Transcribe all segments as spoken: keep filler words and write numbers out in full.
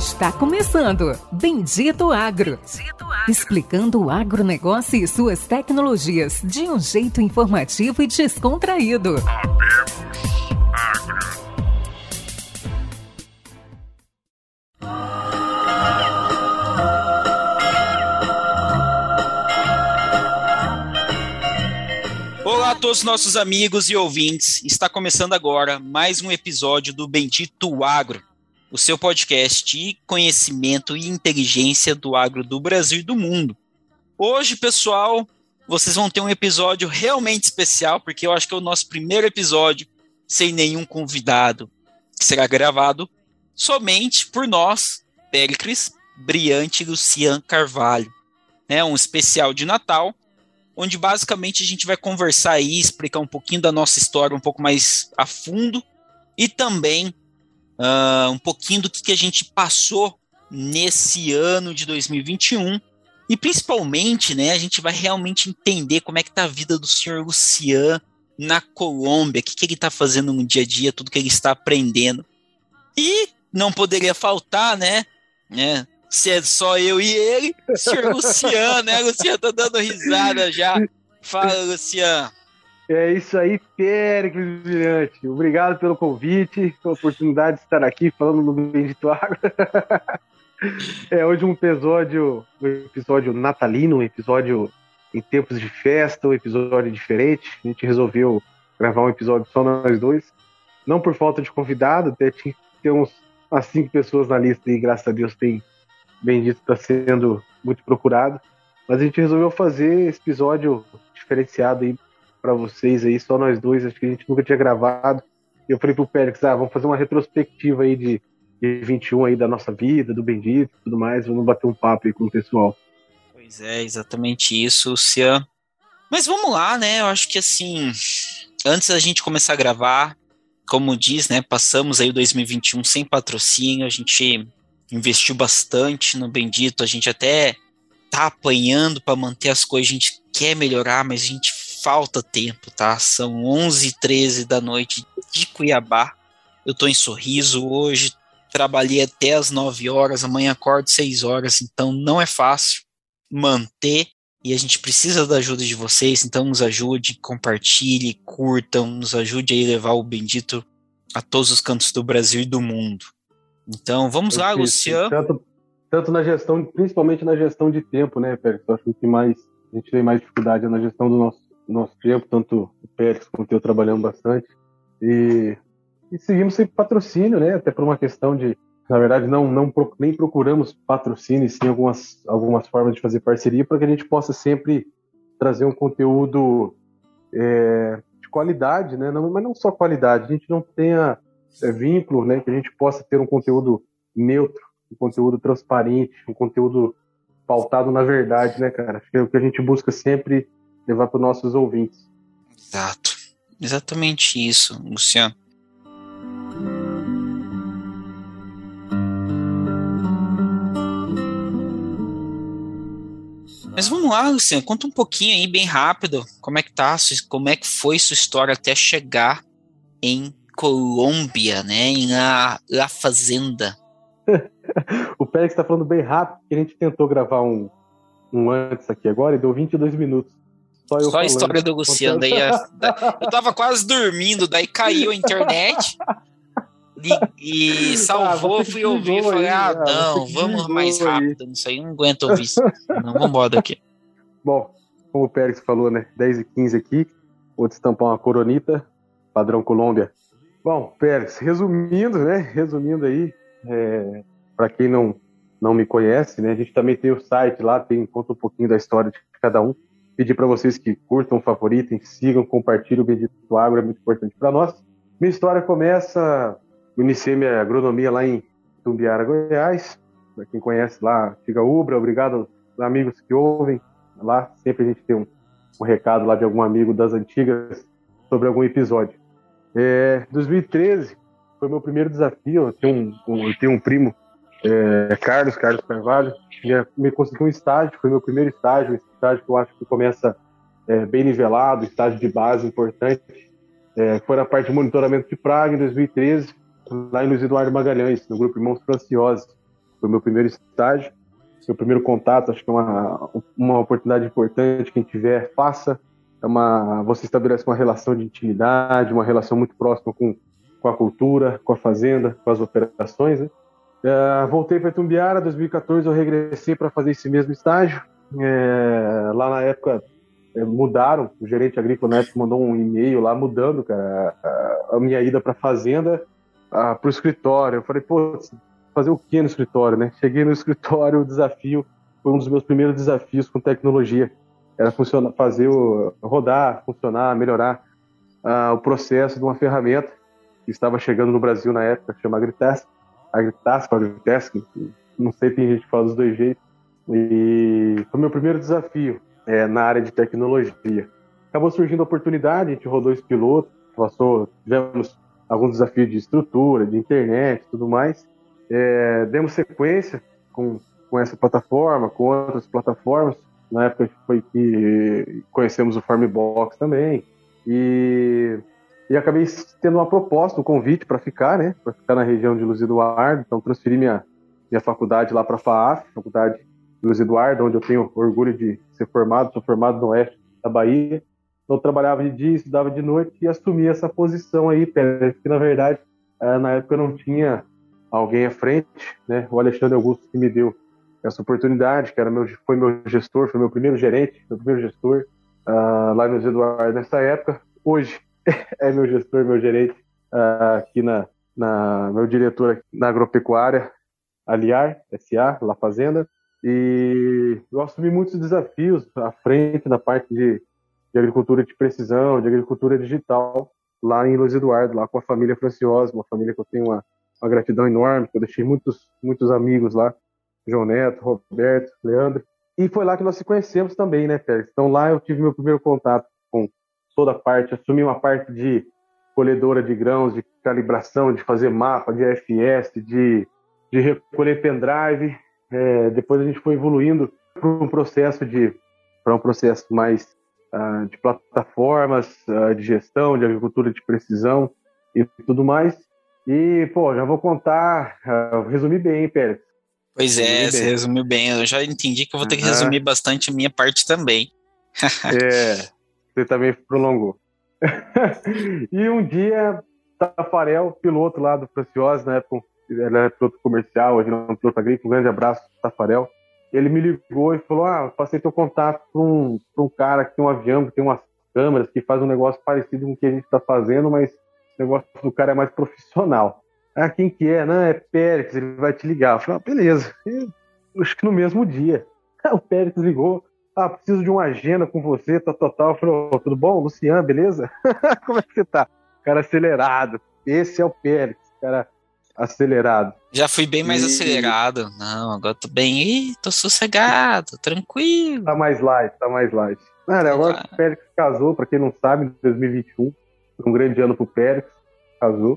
Está começando Bendito Agro. Bendito Agro. Explicando o agronegócio e suas tecnologias de um jeito informativo e descontraído. Olá a todos os nossos amigos e ouvintes. Está começando agora mais um episódio do Bendito Agro, o seu podcast de conhecimento e inteligência do agro do Brasil e do mundo. Hoje, pessoal, vocês vão ter um episódio realmente especial, porque eu acho que é o nosso primeiro episódio sem nenhum convidado, que será gravado somente por nós, Péricles, Briante e Lucian Carvalho. É um especial de Natal, onde basicamente a gente vai conversar aí, explicar um pouquinho da nossa história um pouco mais a fundo e também uh, um pouquinho do que, que a gente passou nesse ano de dois mil e vinte e um e principalmente, né, a gente vai realmente entender como é que tá a vida do senhor Lucian na Colômbia, o que, que ele está fazendo no dia a dia, tudo que ele está aprendendo. E não poderia faltar, né, né se é só eu e ele, o senhor Lucian, né? Lucian tá dando risada já. Fala, Lucian. É isso aí, Péricles Brilhante. Obrigado pelo convite, pela oportunidade de estar aqui falando no Bendito Agro. É hoje um episódio, um episódio natalino, um episódio em tempos de festa, um episódio diferente. A gente resolveu gravar um episódio só nós dois. Não por falta de convidado, até tinha que ter uns, umas cinco pessoas na lista e graças a Deus tem. Bendito está sendo muito procurado, mas a gente resolveu fazer esse episódio diferenciado aí para vocês aí, só nós dois, acho que a gente nunca tinha gravado. E eu falei pro Pérez, ah, vamos fazer uma retrospectiva aí de, de vinte e um aí da nossa vida, do Bendito e tudo mais, vamos bater um papo aí com o pessoal. Pois é, exatamente isso, Lucian. Mas vamos lá, né, eu acho que assim, antes da gente começar a gravar, como diz, né, passamos aí o dois mil e vinte e um sem patrocínio, a gente investiu bastante no Bendito, a gente até tá apanhando para manter as coisas, a gente quer melhorar, mas a gente falta tempo, tá? São onze e treze da noite de Cuiabá, eu tô em Sorriso hoje, trabalhei até as nove horas, amanhã acordo seis horas, então não é fácil manter e a gente precisa da ajuda de vocês, então nos ajude, compartilhe, curtam, nos ajude aí a levar o Bendito a todos os cantos do Brasil e do mundo. Então, vamos lá, Lucian. Tanto, tanto na gestão, principalmente na gestão de tempo, né, Pérez? Eu acho que mais, a gente tem mais dificuldade na gestão do nosso, nosso tempo, tanto o Pérez quanto eu trabalhamos bastante. E, e seguimos sem patrocínio, né? Até por uma questão de, na verdade, não, não nem procuramos patrocínio, sim algumas, algumas formas de fazer parceria para que a gente possa sempre trazer um conteúdo é, de qualidade, né? Não, mas não só qualidade, a gente não tenha É, vínculo, né, que a gente possa ter um conteúdo neutro, um conteúdo transparente, um conteúdo pautado na verdade, né, cara? Acho que é o que a gente busca sempre levar para os nossos ouvintes. Exato. Exatamente isso, Lucian. Mas vamos lá, Lucian, conta um pouquinho aí, bem rápido, como é que tá, como é que foi sua história até chegar em Colômbia, né, em La, La Fazenda. O Pérez está falando bem rápido, que a gente tentou gravar um, um antes aqui agora e deu vinte e dois minutos. Só, eu Só a história do Luciano, daí a, da, eu tava quase dormindo, daí caiu a internet e, e salvou, ah, fui ouvir e falei, ah, ah não, vamos mais rápido, isso aí, não aguento ouvir isso, não, vamos embora daqui. Bom, como o Pérez falou, né, dez e quinze aqui, vou destampar uma coronita, padrão Colômbia. Bom, Pérez, resumindo, né, resumindo aí, é, para quem não, não me conhece, né, a gente também tem o site lá, tem, conta um pouquinho da história de cada um, pedir para vocês que curtam, favoritem, sigam, compartilhem o Bendito Agro, é muito importante para nós. Minha história começa, eu iniciei minha agronomia lá em Tumbiara, Goiás, para quem conhece lá, Tiga Ubra, obrigado aos amigos que ouvem, lá sempre a gente tem um, um recado lá de algum amigo das antigas sobre algum episódio. É, dois mil e treze foi meu primeiro desafio. Eu tenho um, um, eu tenho um primo, é, Carlos, Carlos Carvalho, que me conseguiu um estágio, foi meu primeiro estágio, um estágio que eu acho que começa é, bem nivelado, estágio de base importante. É, foi na parte de monitoramento de praga em dois mil e treze, lá em Luiz Eduardo Magalhães, no grupo Irmãos Franciose. foi meu primeiro estágio, meu primeiro contato. Acho que é uma, uma oportunidade importante. Quem tiver, faça. É uma, você estabelece uma relação de intimidade, uma relação muito próxima com, com a cultura, com a fazenda, com as operações, né? É, voltei para Itumbiara, em dois mil e catorze eu regressei para fazer esse mesmo estágio. É, lá na época é, mudaram, o gerente agrícola na época mandou um e-mail lá mudando, cara, a, a minha ida para a fazenda para o escritório. Eu falei, pô, fazer o que no escritório, né? Cheguei no escritório, o desafio foi um dos meus primeiros desafios com tecnologia. Era funcionar, fazer o, rodar, funcionar, melhorar uh, o processo de uma ferramenta que estava chegando no Brasil na época, que chama AgriTask, AgriTask, AgriTask, não sei, tem gente que fala dos dois jeitos. E foi meu primeiro desafio é, na área de tecnologia. Acabou surgindo a oportunidade, a gente rodou esse piloto, passou, tivemos alguns desafios de estrutura, de internet e tudo mais. É, demos sequência com, com essa plataforma, com outras plataformas. Na época foi que conhecemos o Farmbox também. E, e acabei tendo uma proposta, um convite para ficar, né? Para ficar na região de Luiz Eduardo. Então transferi minha, minha faculdade lá para a FAAF, Faculdade de Luiz Eduardo, onde eu tenho orgulho de ser formado. Sou formado no oeste da Bahia. Então eu trabalhava de dia, estudava de noite e assumi essa posição aí, porque na verdade, na época eu não tinha alguém à frente, né? O Alexandre Augusto que me deu essa oportunidade, que era meu, foi meu gestor, foi meu primeiro gerente, meu primeiro gestor uh, lá no Eduardo nessa época. Hoje é meu gestor, meu gerente uh, aqui na, na meu diretor na agropecuária Aliar S A, La Fazenda. E eu assumi muitos desafios à frente da parte de, de agricultura de precisão, de agricultura digital lá em Luiz Eduardo, lá com a família Franciosa, uma família que eu tenho uma, uma gratidão enorme, que eu deixei muitos, muitos amigos lá. João Neto, Roberto, Leandro. E foi lá que nós se conhecemos também, né, Pérez? Então lá eu tive meu primeiro contato com toda a parte, assumi uma parte de colhedora de grãos, de calibração, de fazer mapa, de A F S, de, de recolher pendrive. É, depois a gente foi evoluindo para um processo de para um processo mais uh, de plataformas, uh, de gestão, de agricultura de precisão e tudo mais. E, pô, já vou contar, uh, resumir bem, hein, Pérez? Pois é, você resumiu bem. Eu já entendi que eu vou ter que resumir uhum. bastante a minha parte também. É, você também prolongou. E um dia, Tafarel, piloto lá do Franciosa, na época ele era piloto comercial, hoje não é um piloto agrícola, um grande abraço, Tafarel. Ele me ligou e falou, ah, passei teu contato para um, um cara que tem um avião, que tem umas câmeras, que faz um negócio parecido com o que a gente está fazendo, mas o negócio do cara é mais profissional. Ah, quem que é? Não, é Pérez, ele vai te ligar. Eu falei, ah, beleza. E, acho que no mesmo dia. O Pérez ligou. Ah, preciso de uma agenda com você, tá total. Eu falei, oh, tudo bom? Luciano, beleza? Como é que você tá? Cara acelerado. Esse é o Pérez, cara acelerado. Já fui bem mais e... acelerado. Não, agora tô bem. Ih, tô sossegado, tranquilo. Tá mais light, tá mais light. Cara, agora ah. o Pérez casou, pra quem não sabe, em dois mil e vinte e um. Foi um grande ano pro Pérez. Casou.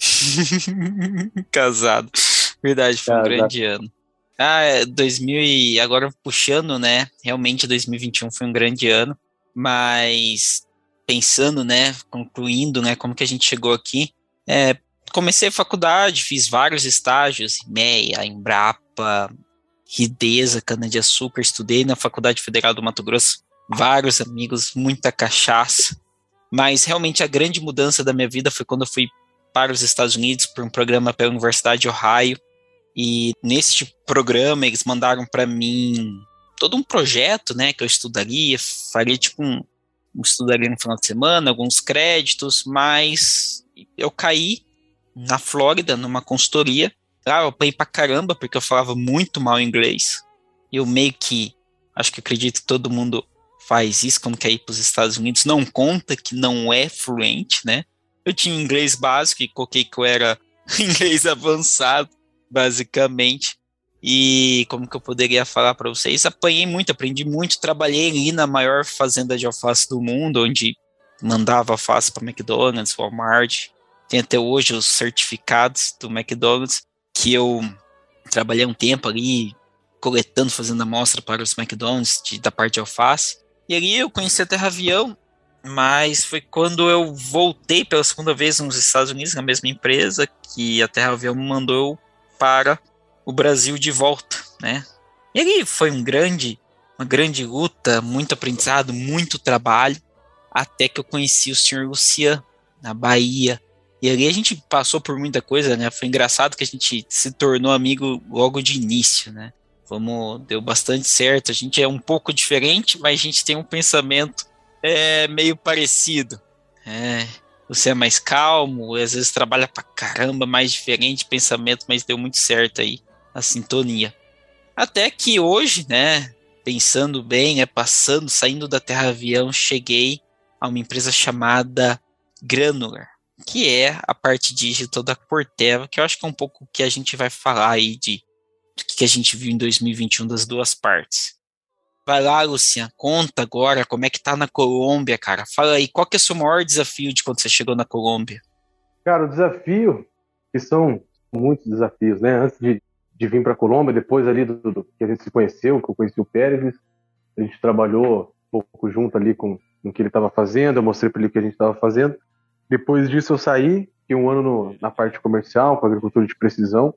Casado, verdade, foi Casado. um grande ano. Ah, é, dois mil e agora puxando, né? Realmente dois mil e vinte e um foi um grande ano, mas pensando, né? Concluindo, né? Como que a gente chegou aqui? É, comecei a faculdade, fiz vários estágios, I M E A, Embrapa, Ridesa, cana-de-açúcar, estudei na Faculdade Federal do Mato Grosso, vários amigos, muita cachaça, mas realmente a grande mudança da minha vida foi quando eu fui para os Estados Unidos, por um programa pela Universidade de Ohio, e neste programa eles mandaram para mim todo um projeto, né, que eu estudaria, faria tipo um, um estudaria no final de semana, alguns créditos, mas eu caí na Flórida, numa consultoria, lá eu apanhei pra caramba, porque eu falava muito mal inglês, eu meio que, acho que acredito que todo mundo faz isso quando quer ir para os Estados Unidos, não conta que não é fluente, né. Eu tinha inglês básico e coloquei que eu era inglês avançado, basicamente. E como que eu poderia falar para vocês? Apanhei muito, aprendi muito, trabalhei ali na maior fazenda de alface do mundo, onde mandava alface para McDonald's, Walmart. Tem até hoje os certificados do McDonald's, que eu trabalhei um tempo ali, coletando, fazendo amostra para os McDonald's de, da parte de alface. E ali eu conheci a Terra Avião, mas foi quando eu voltei pela segunda vez nos Estados Unidos, na mesma empresa, que a Terra Avião me mandou para o Brasil de volta, né? E ali foi um grande, uma grande luta, muito aprendizado, muito trabalho, até que eu conheci o senhor Luciano, na Bahia. E ali a gente passou por muita coisa, né? Foi engraçado que a gente se tornou amigo logo de início, né? Vamos, deu bastante certo. A gente é um pouco diferente, mas a gente tem um pensamento é, meio parecido. É, você é mais calmo, às vezes trabalha pra caramba, mais diferente pensamento, mas deu muito certo aí a sintonia. Até que hoje, né, pensando bem, é passando, saindo da Terra Avião, cheguei a uma empresa chamada Granular, que é a parte digital da Corteva, que eu acho que é um pouco o que a gente vai falar aí de do que a gente viu em dois mil e vinte e um das duas partes. Vai lá, Luciano, conta agora como é que tá na Colômbia, cara. Fala aí, qual que é o seu maior desafio de quando você chegou na Colômbia? Cara, o desafio, que são muitos desafios, né? Antes de, de vir para a Colômbia, depois ali do, do que a gente se conheceu, que eu conheci o Pérez, a gente trabalhou um pouco junto ali com, com o que ele estava fazendo, eu mostrei para ele o que a gente estava fazendo. Depois disso eu saí, fiquei um ano no, na parte comercial, com agricultura de precisão,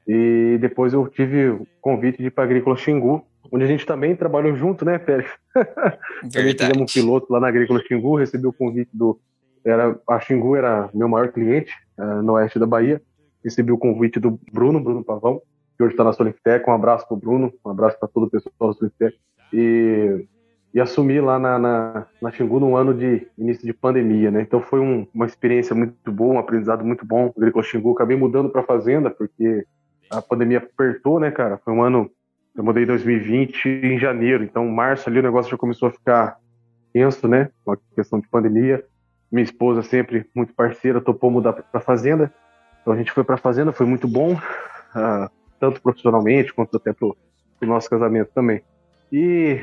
e depois eu tive o convite de ir para a Agrícola Xingu, onde a gente também trabalhou junto, né, Pérez? Também fizemos um piloto lá na Agrícola Xingu, recebi o convite do... Era, a Xingu era meu maior cliente, uh, no oeste da Bahia. Recebi o convite do Bruno, Bruno Pavão, que hoje está na Solinftec. Um abraço para o Bruno, um abraço para todo o pessoal da Solinftec. E, e assumi lá na, na, na Xingu num ano de início de pandemia, né? Então foi um, uma experiência muito boa, um aprendizado muito bom. A Agrícola Xingu, acabei mudando para a fazenda, porque a pandemia apertou, né, cara? Foi um ano... Eu mudei em dois mil e vinte, em janeiro. Então, em março ali o negócio já começou a ficar tenso, né? Uma questão de pandemia. Minha esposa sempre muito parceira, topou mudar para a fazenda. Então a gente foi para a fazenda, foi muito bom, uh, tanto profissionalmente quanto até para o nosso casamento também. E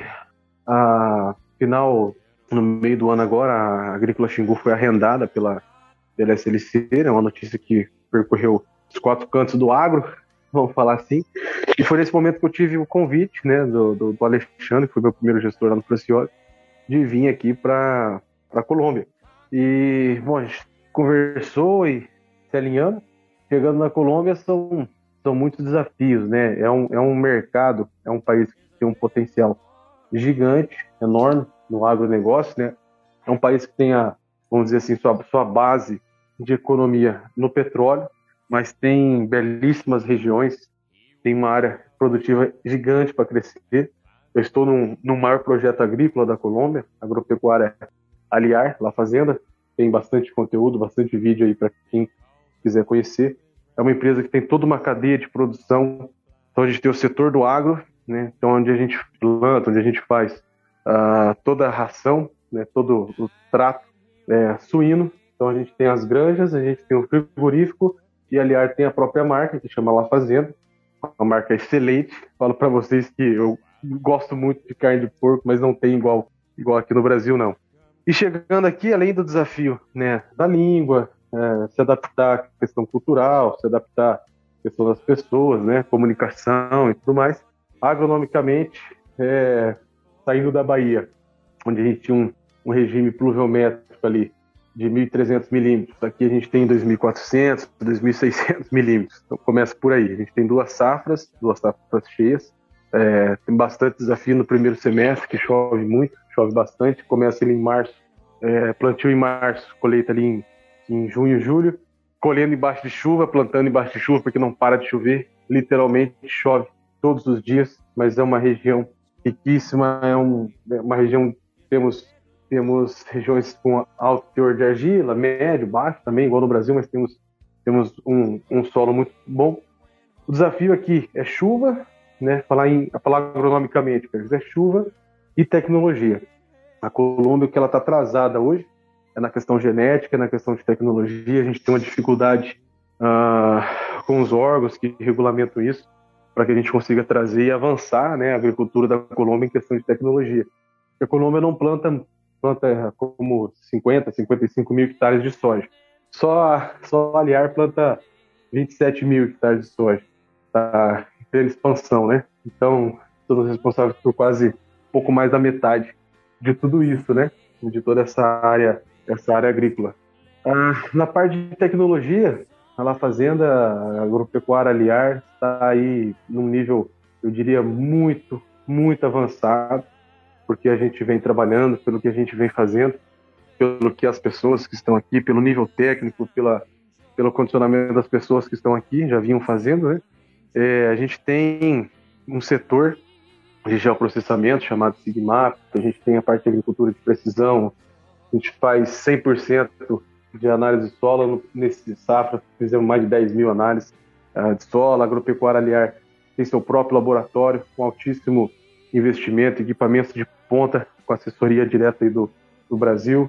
uh, final, no meio do ano agora, a Agrícola Xingu foi arrendada pela, pela S L C, é né? Uma notícia que percorreu os quatro cantos do agro, vamos falar assim. E foi nesse momento que eu tive o convite, né, do, do, do Alexandre, que foi meu primeiro gestor lá no Francioli, de vir aqui para a Colômbia. E, bom, a gente conversou e se alinhamos. Chegando na Colômbia, são, são muitos desafios, né? É um, é um mercado, é um país que tem um potencial gigante, enorme no agronegócio, né? É um país que tem, a, vamos dizer assim, sua, sua base de economia no petróleo, mas tem belíssimas regiões, tem uma área produtiva gigante para crescer. Eu estou num, num maior projeto agrícola da Colômbia, agropecuária Aliar, La Fazenda, tem bastante conteúdo, bastante vídeo aí para quem quiser conhecer. É uma empresa que tem toda uma cadeia de produção. Então a gente tem o setor do agro, né? Então onde a gente planta, onde a gente faz uh, toda a ração, né? Todo o trato é, suíno. Então a gente tem as granjas, a gente tem o frigorífico e a Aliar tem a própria marca que chama La Fazenda, uma marca excelente. Falo para vocês que eu gosto muito de carne de porco, mas não tem igual, igual aqui no Brasil, não. E chegando aqui, além do desafio, né, da língua, é, se adaptar à questão cultural, se adaptar à questão das pessoas, né, comunicação e tudo mais, agronomicamente, é, saindo da Bahia, onde a gente tinha um, um regime pluviométrico ali de mil e trezentos milímetros, aqui a gente tem dois mil e quatrocentos, dois mil e seiscentos milímetros, então começa por aí. A gente tem duas safras, duas safras cheias, é, tem bastante desafio no primeiro semestre, que chove muito, chove bastante, começa ali em março, é, plantio em março, colheita ali em, em junho, julho, colhendo embaixo de chuva, plantando embaixo de chuva, porque não para de chover, literalmente chove todos os dias, mas é uma região riquíssima, é, um, é uma região, temos, temos regiões com alto teor de argila, médio, baixo também, igual no Brasil, mas temos, temos um, um solo muito bom. O desafio aqui é chuva, né, falar, em, falar agronomicamente, é chuva e tecnologia. A Colômbia, o que ela está atrasada hoje é na questão genética, na questão de tecnologia. A gente tem uma dificuldade uh, com os órgãos que regulamentam isso, para que a gente consiga trazer e avançar, né, a agricultura da Colômbia em questão de tecnologia. A Colômbia não planta, planta como cinquenta, cinquenta e cinco mil hectares de soja. Só, só a Aliar planta vinte e sete mil hectares de soja. Está em plena expansão, né? Então, somos responsáveis por quase pouco mais da metade de tudo isso, né? De toda essa área, essa área agrícola. Ah, na parte de tecnologia, a La Fazenda Agropecuária Aliar está aí num nível, eu diria, muito, muito avançado, porque a gente vem trabalhando, pelo que a gente vem fazendo, pelo que as pessoas que estão aqui, pelo nível técnico, pela, pelo condicionamento das pessoas que estão aqui, já vinham fazendo, né? É, a gente tem um setor de geoprocessamento chamado Sigmap, a gente tem a parte de agricultura de precisão, a gente faz cem por cento de análise de solo, nesse safra fizemos mais de dez mil análises uh, de solo. A Agropecuária Aliar tem seu próprio laboratório com altíssimo investimento, equipamentos de ponta, com assessoria direta aí do, do Brasil.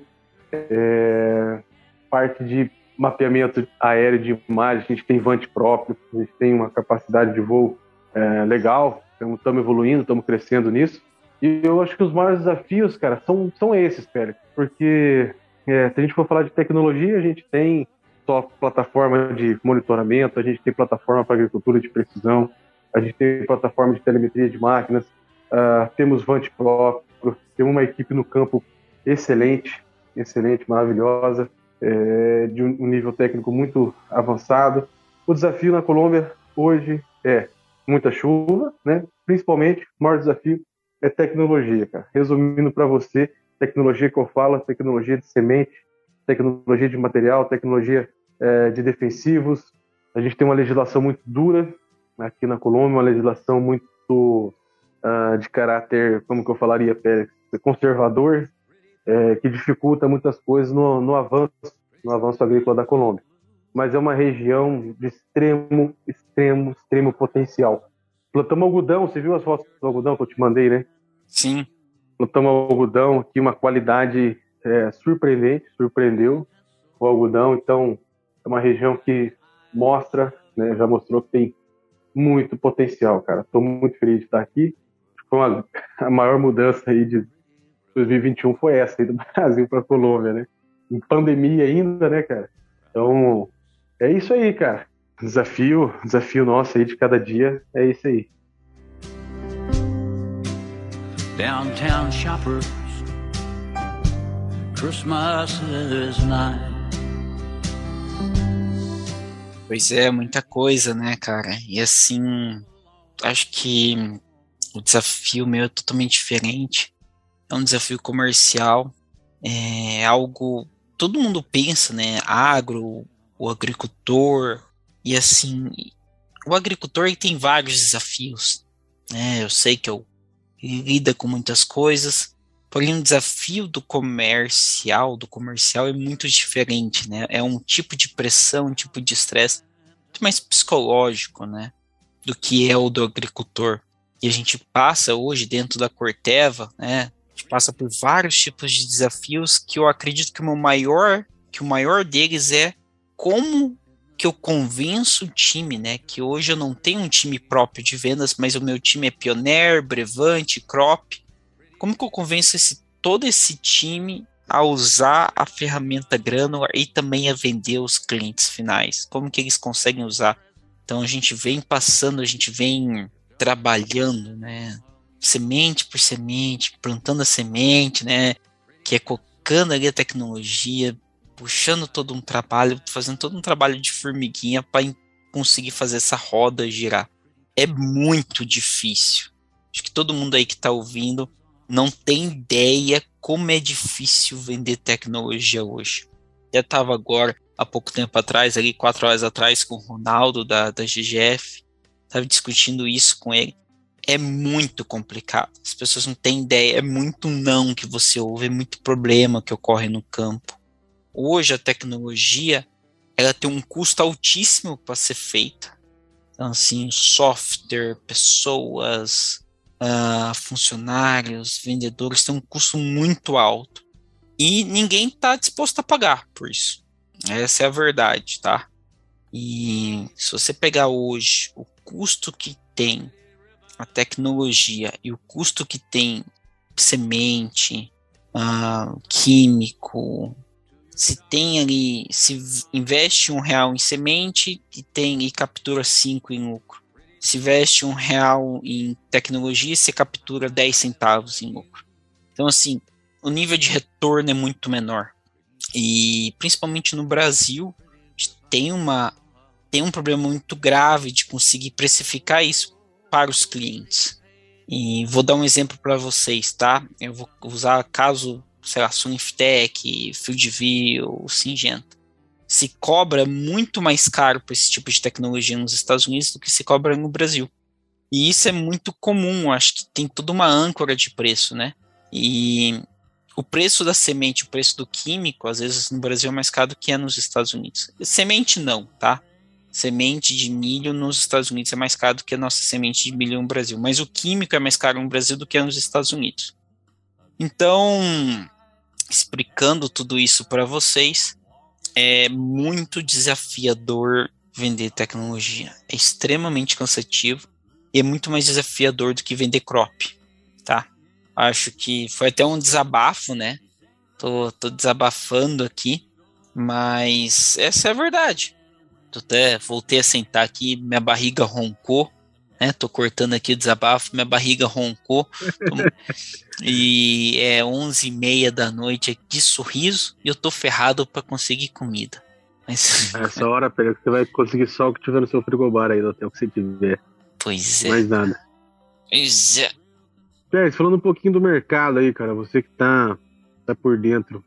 É, parte de mapeamento aéreo de imagem, a gente tem Vante próprio, a gente tem uma capacidade de voo é, legal, estamos evoluindo, estamos crescendo nisso. E eu acho que os maiores desafios, cara, são, são esses, Félix, porque é, se a gente for falar de tecnologia, a gente tem só plataforma de monitoramento, a gente tem plataforma para agricultura de precisão, a gente tem plataforma de telemetria de máquinas, uh, temos Vante próprio, temos uma equipe no campo excelente, excelente, maravilhosa, é, de um, um nível técnico muito avançado. O desafio na Colômbia hoje é muita chuva, né? Principalmente, o maior desafio é tecnologia, cara. Resumindo para você, tecnologia que eu falo, tecnologia de semente, tecnologia de material, tecnologia é, de defensivos. A gente tem uma legislação muito dura aqui na Colômbia, uma legislação muito uh, de caráter, como que eu falaria, Pérez, conservador, é, que dificulta muitas coisas no, no avanço, no avanço agrícola da Colômbia. Mas é uma região de extremo, extremo, extremo potencial. Plantamos algodão, você viu as fotos do algodão que eu te mandei, né? Sim. Plantamos algodão aqui, uma qualidade é, surpreendente, surpreendeu o algodão. Então, é uma região que mostra, né, já mostrou que tem muito potencial, cara. Estou muito feliz de estar aqui. Foi uma, a maior mudança aí de dois mil e vinte e um foi essa aí do Brasil para a Colômbia, né? Em pandemia ainda, né, cara? Então, é isso aí, cara. Desafio, desafio nosso aí de cada dia é isso aí. Downtown shoppers, Christmas is nigh. Pois é, muita coisa, né, cara? E assim, acho que o desafio meu é totalmente diferente. É um desafio comercial, é algo... Todo mundo pensa, né? Agro, o agricultor, e assim, o agricultor ele tem vários desafios, né? Eu sei que eu lida com muitas coisas, porém o desafio do comercial, do comercial é muito diferente, né? É um tipo de pressão, um tipo de estresse muito mais psicológico, né? Do que é o do agricultor. E a gente passa hoje dentro da Corteva, né? A gente passa por vários tipos de desafios que eu acredito que o meu maior, que o maior deles é como que eu convenço o time, né? Que hoje eu não tenho um time próprio de vendas, mas o meu time é Pioneer, Brevante, Crop. Como que eu convenço esse, todo esse time a usar a ferramenta Granular e também a vender os clientes finais? Como que eles conseguem usar? Então a gente vem passando, a gente vem trabalhando, né? Semente por semente, plantando a semente, né? Que é colocando ali a tecnologia, puxando todo um trabalho, fazendo todo um trabalho de formiguinha para conseguir fazer essa roda girar. É muito difícil. Acho que todo mundo aí que está ouvindo não tem ideia como é difícil vender tecnologia hoje. Eu estava agora, há pouco tempo atrás, ali quatro horas atrás, com o Ronaldo da, da G G F, estava discutindo isso com ele. É muito complicado. As pessoas não têm ideia. É muito não que você ouve, é muito problema que ocorre no campo. Hoje a tecnologia ela tem um custo altíssimo para ser feita. Então, assim, software, pessoas, uh, funcionários, vendedores têm um custo muito alto. E ninguém está disposto a pagar por isso. Essa é a verdade, tá? E se você pegar hoje o custo que tem a tecnologia e o custo que tem semente, uh, químico, se tem ali, se investe um real em semente e tem e captura cinco em lucro. Se investe um real em tecnologia, você captura dez centavos em lucro. Então, assim, o nível de retorno é muito menor. E principalmente no Brasil, tem uma tem um problema muito grave de conseguir precificar isso para os clientes. E vou dar um exemplo para vocês, tá? Eu vou usar caso, sei lá, Soniftec, Fieldview, Syngenta. Se cobra muito mais caro por esse tipo de tecnologia nos Estados Unidos do que se cobra no Brasil. E isso é muito comum, acho que tem toda uma âncora de preço, né? E o preço da semente, o preço do químico, às vezes no Brasil é mais caro do que é nos Estados Unidos. Semente não, tá? Semente de milho nos Estados Unidos é mais caro do que a nossa semente de milho no Brasil. Mas o químico é mais caro no Brasil do que é nos Estados Unidos. Então, explicando tudo isso para vocês, é muito desafiador vender tecnologia. É extremamente cansativo e é muito mais desafiador do que vender crop, tá? Acho que foi até um desabafo, né? Tô, tô desabafando aqui, mas essa é a verdade. Tô até voltei a sentar aqui, minha barriga roncou, né? Tô cortando aqui o desabafo, minha barriga roncou. Tô, e é onze e meia da noite aqui de sorriso e eu tô ferrado para conseguir comida. Mas... Essa hora, Pedro, você vai conseguir só o que tiver no seu frigobar aí, do hotel que você tiver. Pois é. Mais nada. Pois é. Pérez, falando um pouquinho do mercado aí, cara, você que tá, tá por dentro,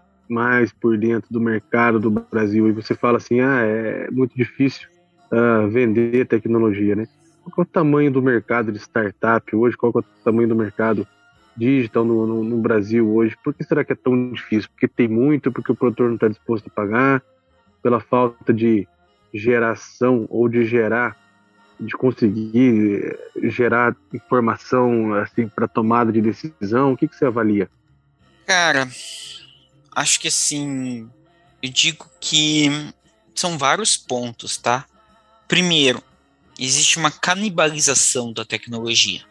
mais por dentro do mercado do Brasil, e você fala assim, ah, é muito difícil uh, vender tecnologia, né? Qual que é o tamanho do mercado de startup hoje? Qual que é o tamanho do mercado digital no, no, no Brasil hoje? Por que será que é tão difícil? Porque tem muito, porque o produtor não está disposto a pagar, pela falta de geração ou de gerar, de conseguir gerar informação assim, para tomada de decisão? O que, que você avalia? Cara, acho que assim, eu digo que são vários pontos, tá? Primeiro, existe uma canibalização da tecnologia.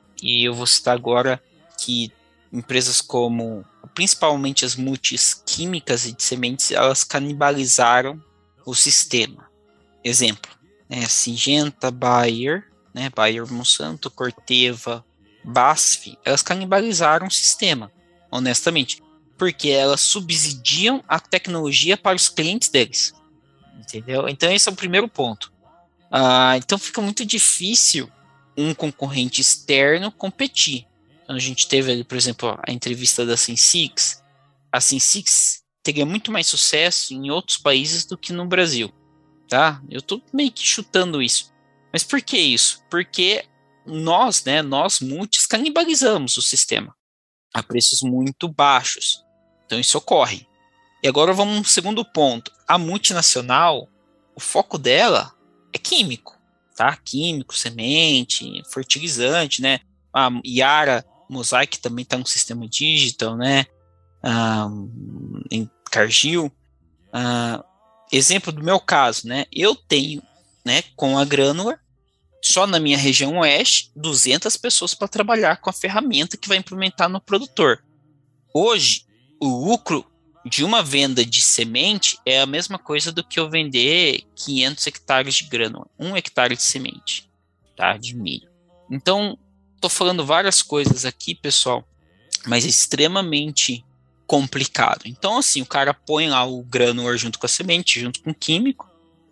E eu vou citar agora que empresas como, principalmente as multis químicas e de sementes, elas canibalizaram o sistema. Exemplo, né, Syngenta, Bayer, né, Bayer Monsanto, Corteva, B A S F, elas canibalizaram o sistema, honestamente, porque elas subsidiam a tecnologia para os clientes deles. Entendeu? Então esse é o primeiro ponto. Ah, então fica muito difícil um concorrente externo competir. Então, a gente teve ali, por exemplo, a entrevista da Sensix. A Sensix teria muito mais sucesso em outros países do que no Brasil, tá? Eu estou meio que chutando isso. Mas por que isso? Porque nós, né, nós multis canibalizamos o sistema a preços muito baixos. Então isso ocorre. E agora vamos ao segundo ponto. A multinacional, o foco dela é químico, tá? Químico, semente, fertilizante, né? A Yara Mosaic também está no sistema digital, né? Ah, em Cargill. Ah, exemplo do meu caso, né? Eu tenho, né, com a Granular, só na minha região oeste, duzentas pessoas para trabalhar com a ferramenta que vai implementar no produtor. Hoje, o lucro de uma venda de semente é a mesma coisa do que eu vender quinhentos hectares de grânulo, um hectare de semente, tá, de milho. Então, estou falando várias coisas aqui, pessoal, mas é extremamente complicado. Então, assim, o cara põe lá o grânulo junto com a semente, junto com o químico,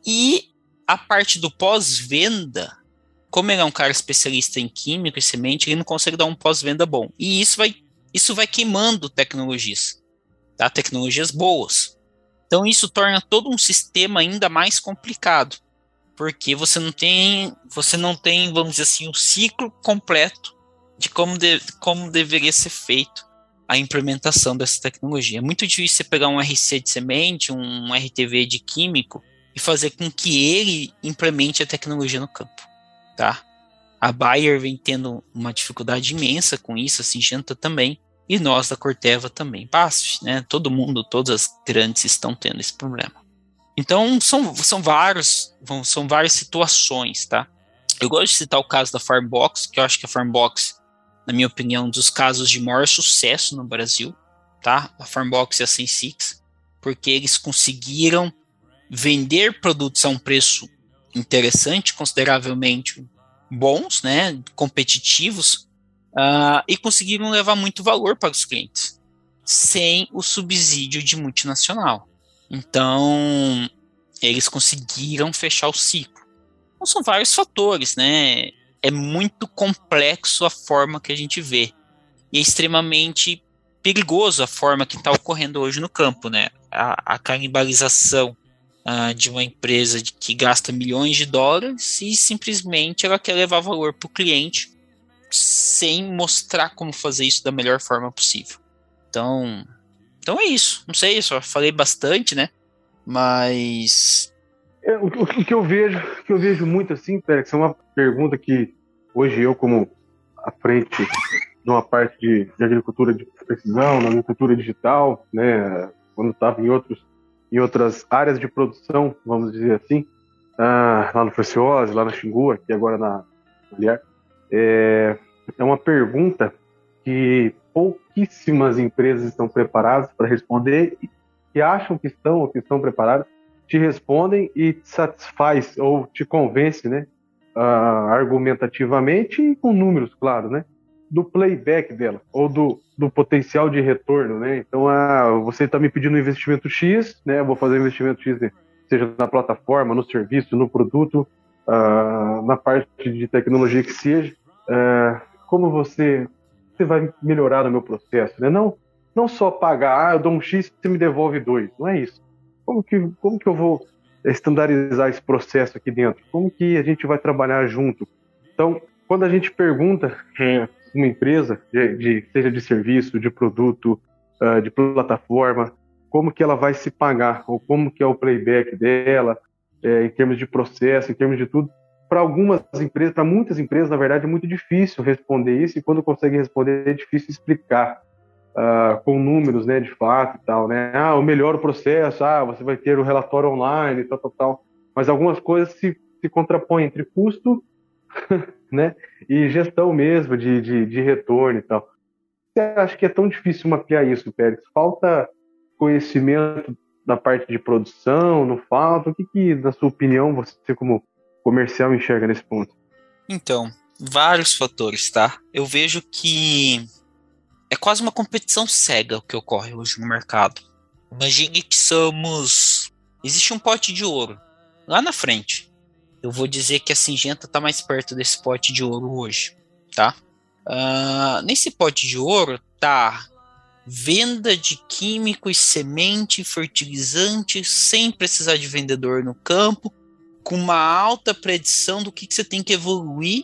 e a parte do pós-venda, como ele é um cara especialista em químico e semente, ele não consegue dar um pós-venda bom. E isso vai, isso vai queimando tecnologias. Tá? Tecnologias boas. Então isso torna todo um sistema ainda mais complicado, porque você não tem, você não tem, vamos dizer assim, um ciclo completo de como, de, como deveria ser feito a implementação dessa tecnologia. É muito difícil você pegar um R C de semente, um R T V de químico e fazer com que ele implemente a tecnologia no campo. Tá? A Bayer vem tendo uma dificuldade imensa com isso, a Syngenta também. E nós da Corteva também. B A S F, né? Todo mundo, todas as grandes estão tendo esse problema. Então, são, são, vários, são várias situações, tá? Eu gosto de citar o caso da Farmbox, que eu acho que a Farmbox, na minha opinião, é um dos casos de maior sucesso no Brasil, tá? A Farmbox e a Sensix, porque eles conseguiram vender produtos a um preço interessante, consideravelmente bons, né? Competitivos, Uh, e conseguiram levar muito valor para os clientes, sem o subsídio de multinacional. Então, eles conseguiram fechar o ciclo. Então são vários fatores, né? É muito complexo a forma que a gente vê. E é extremamente perigoso a forma que está ocorrendo hoje no campo, né? A, a canibalização uh, de uma empresa de, que gasta milhões de dólares e simplesmente ela quer levar valor para o cliente sem mostrar como fazer isso da melhor forma possível. Então, então é isso. Não sei, só falei bastante, né? Mas... É, o, o, o que eu vejo, o que eu vejo muito assim, Pérez, é uma pergunta que hoje eu, como à frente de uma parte de, de agricultura de precisão, na agricultura digital, né, quando estava em, outros, em outras áreas de produção, vamos dizer assim, ah, lá no Preciosa, lá na Xingu, aqui agora na Aliar, é, é uma pergunta que pouquíssimas empresas estão preparadas para responder, que acham que estão ou que estão preparadas, te respondem e te satisfaz ou te convence, né, uh, argumentativamente e com números, claro, né, do playback dela ou do, do potencial de retorno, né. Então, uh, você está me pedindo um investimento X, né, eu vou fazer um investimento X, né, seja na plataforma, no serviço, no produto, uh, na parte de tecnologia que seja, uh, como você, você vai melhorar no meu processo, né, não, não só pagar, ah, eu dou um X e você me devolve dois, não é isso. Como que, como que eu vou estandarizar esse processo aqui dentro? Como que a gente vai trabalhar junto? Então, quando a gente pergunta é, uma empresa, de, de, seja de serviço, de produto, uh, de plataforma, como que ela vai se pagar, ou como que é o playback dela, é, em termos de processo, em termos de tudo, para algumas empresas, para muitas empresas, na verdade, é muito difícil responder isso, e quando consegue responder, é difícil explicar. Uh, com números, né, de fato e tal, né, ah, o melhor o processo, ah, você vai ter o relatório online, tal, tal, tal, mas algumas coisas se, se contrapõem entre custo, né, e gestão mesmo, de, de, de retorno e tal. Você acha que é tão difícil mapear isso, Pérez? Falta conhecimento da parte de produção, não falta? O que que, na sua opinião, você como comercial enxerga nesse ponto? Então, vários fatores, tá? Eu vejo que é quase uma competição cega o que ocorre hoje no mercado. Imagine que somos... Existe um pote de ouro lá na frente. Eu vou dizer que a Syngenta está mais perto desse pote de ouro hoje, tá? Uh, nesse pote de ouro tá venda de químicos, semente, fertilizante, sem precisar de vendedor no campo, com uma alta predição do que, que você tem que evoluir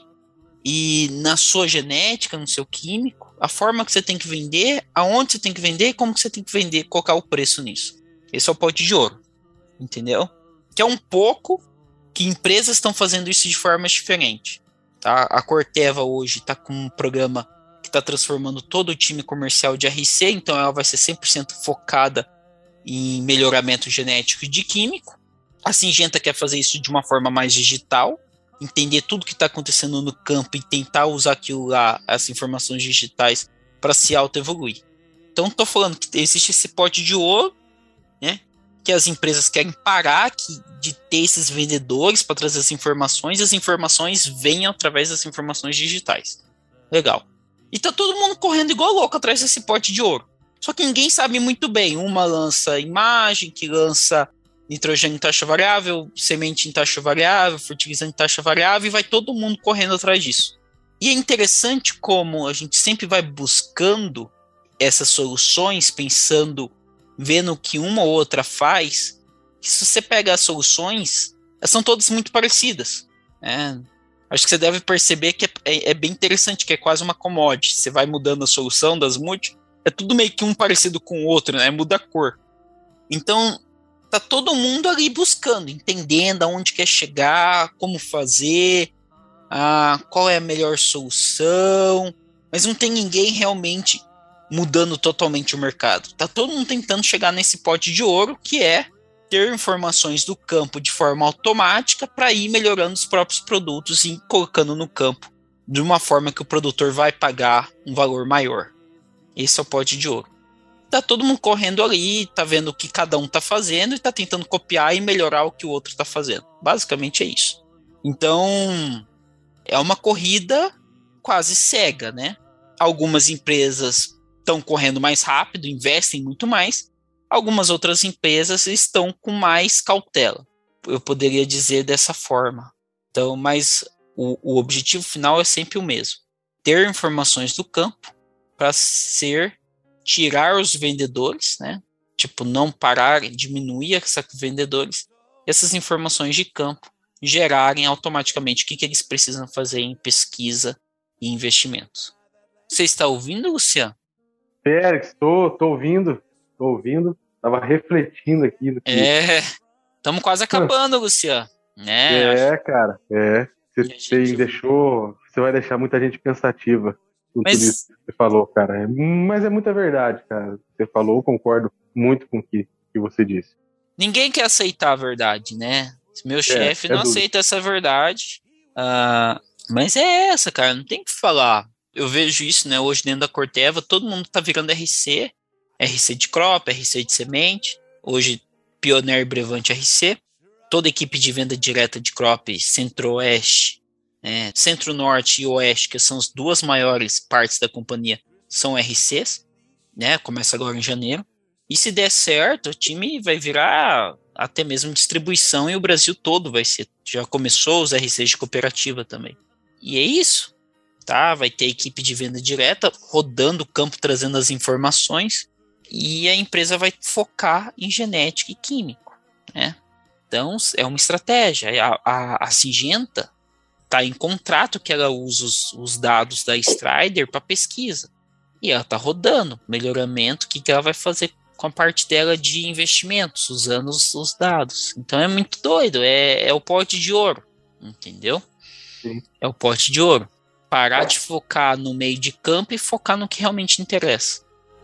e na sua genética, no seu químico, a forma que você tem que vender, aonde você tem que vender, como que você tem que vender, colocar o preço nisso. Esse é o pote de ouro, entendeu? Que é um pouco que empresas estão fazendo isso de formas diferentes. Tá? A Corteva hoje está com um programa que está transformando todo o time comercial de R C, então ela vai ser cem por cento focada em melhoramento genético de químico. A Syngenta quer fazer isso de uma forma mais digital, entender tudo que está acontecendo no campo e tentar usar aquilo lá, as informações digitais, para se auto-evoluir. Então, estou falando que existe esse pote de ouro, né, que as empresas querem parar que, de ter esses vendedores para trazer as informações, e as informações venham através das informações digitais. Legal. E tá todo mundo correndo igual louco atrás desse pote de ouro. Só que ninguém sabe muito bem. Uma lança imagem, que lança nitrogênio em taxa variável, semente em taxa variável, fertilizante em taxa variável, e vai todo mundo correndo atrás disso. E é interessante como a gente sempre vai buscando essas soluções, pensando, vendo o que uma ou outra faz, que se você pega as soluções, elas são todas muito parecidas. É, acho que você deve perceber que é, é, é bem interessante, que é quase uma commodity. Você vai mudando a solução das multi, é tudo meio que um parecido com o outro, né? Muda a cor. Então, tá todo mundo ali buscando, entendendo aonde quer chegar, como fazer, ah, qual é a melhor solução, mas não tem ninguém realmente mudando totalmente o mercado. Tá todo mundo tentando chegar nesse pote de ouro, que é ter informações do campo de forma automática para ir melhorando os próprios produtos e colocando no campo de uma forma que o produtor vai pagar um valor maior. Esse é o pote de ouro. Tá todo mundo correndo ali, tá vendo o que cada um tá fazendo e tá tentando copiar e melhorar o que o outro tá fazendo. Basicamente é isso. Então, é uma corrida quase cega, né? Algumas empresas estão correndo mais rápido, investem muito mais. Algumas outras empresas estão com mais cautela. eu poderia dizer dessa forma. Então, mas o, o objetivo final é sempre o mesmo. Ter informações do campo para ser, tirar os vendedores, né? Tipo, não parar, diminuir essa vendedores, essas informações de campo gerarem automaticamente o que, que eles precisam fazer em pesquisa e investimentos. Você está ouvindo, Luciano? Félix, estou tô, tô ouvindo, tô ouvindo, estava refletindo aqui. No que... É, estamos quase acabando, Luciano. É, é cara, é. Você gente... deixou, você vai deixar muita gente pensativa com Mas... tudo isso que você falou, cara. É, mas é muita verdade, cara. Você falou, eu concordo muito com o que, que você disse. Ninguém quer aceitar a verdade, né? Meu chefe é, não é aceita essa verdade. Uh, mas é essa, cara, não tem o que falar. Eu vejo isso, né, hoje dentro da Corteva, todo mundo tá virando R C, R C de crop, R C de semente, hoje Pioneer Brevante R C, toda equipe de venda direta de crop, Centro-Oeste, é, Centro-Norte e Oeste, que são as duas maiores partes da companhia, são R Cs, né, começa agora em janeiro, e se der certo, o time vai virar até mesmo distribuição e o Brasil todo vai ser, já começou os R Cs de cooperativa também. E é isso. Tá, vai ter equipe de venda direta rodando o campo, trazendo as informações, e a empresa vai focar em genética e químico, né? Então é uma estratégia. A, a, a Syngenta está em contrato que ela usa os, os dados da Strider para pesquisa, e ela está rodando melhoramento, o que, que ela vai fazer com a parte dela de investimentos, usando os, os dados. Então é muito doido, é, é o pote de ouro, entendeu? Sim. É o pote de ouro. Parar de focar no meio de campo e focar no que realmente interessa.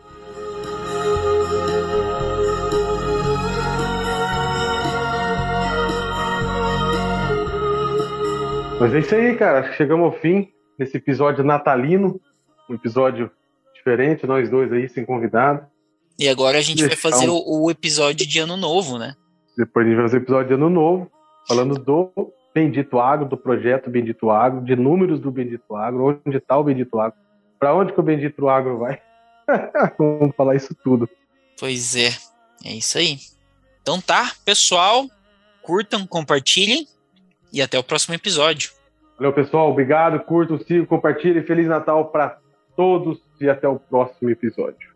Mas é isso aí, cara. Chegamos ao fim desse episódio natalino. Um episódio diferente, nós dois aí sem convidado. E agora a gente Deixar vai fazer um... o, o episódio de Ano Novo, né? Depois a gente vai fazer o episódio de Ano Novo, falando do Bendito Agro, do projeto Bendito Agro, de números do Bendito Agro, onde está o Bendito Agro, para onde que o Bendito Agro vai. Vamos falar isso tudo. Pois é, é isso aí. Então tá, pessoal, curtam, compartilhem e até o próximo episódio. Valeu, pessoal, obrigado, curtam, sigam, compartilhem, Feliz Natal para todos e até o próximo episódio.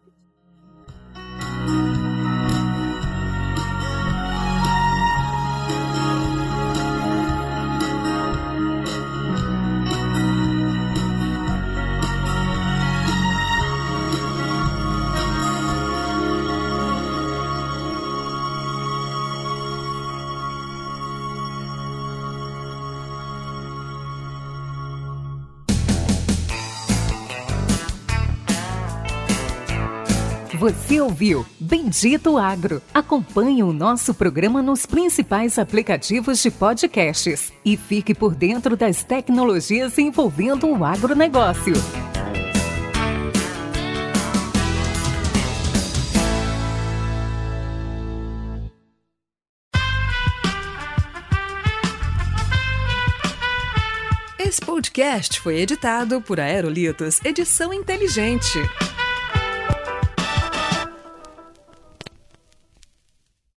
Você ouviu Bendito Agro. Acompanhe o nosso programa nos principais aplicativos de podcasts e fique por dentro das tecnologias envolvendo o agronegócio. Esse podcast foi editado por Aerolitos Edição Inteligente.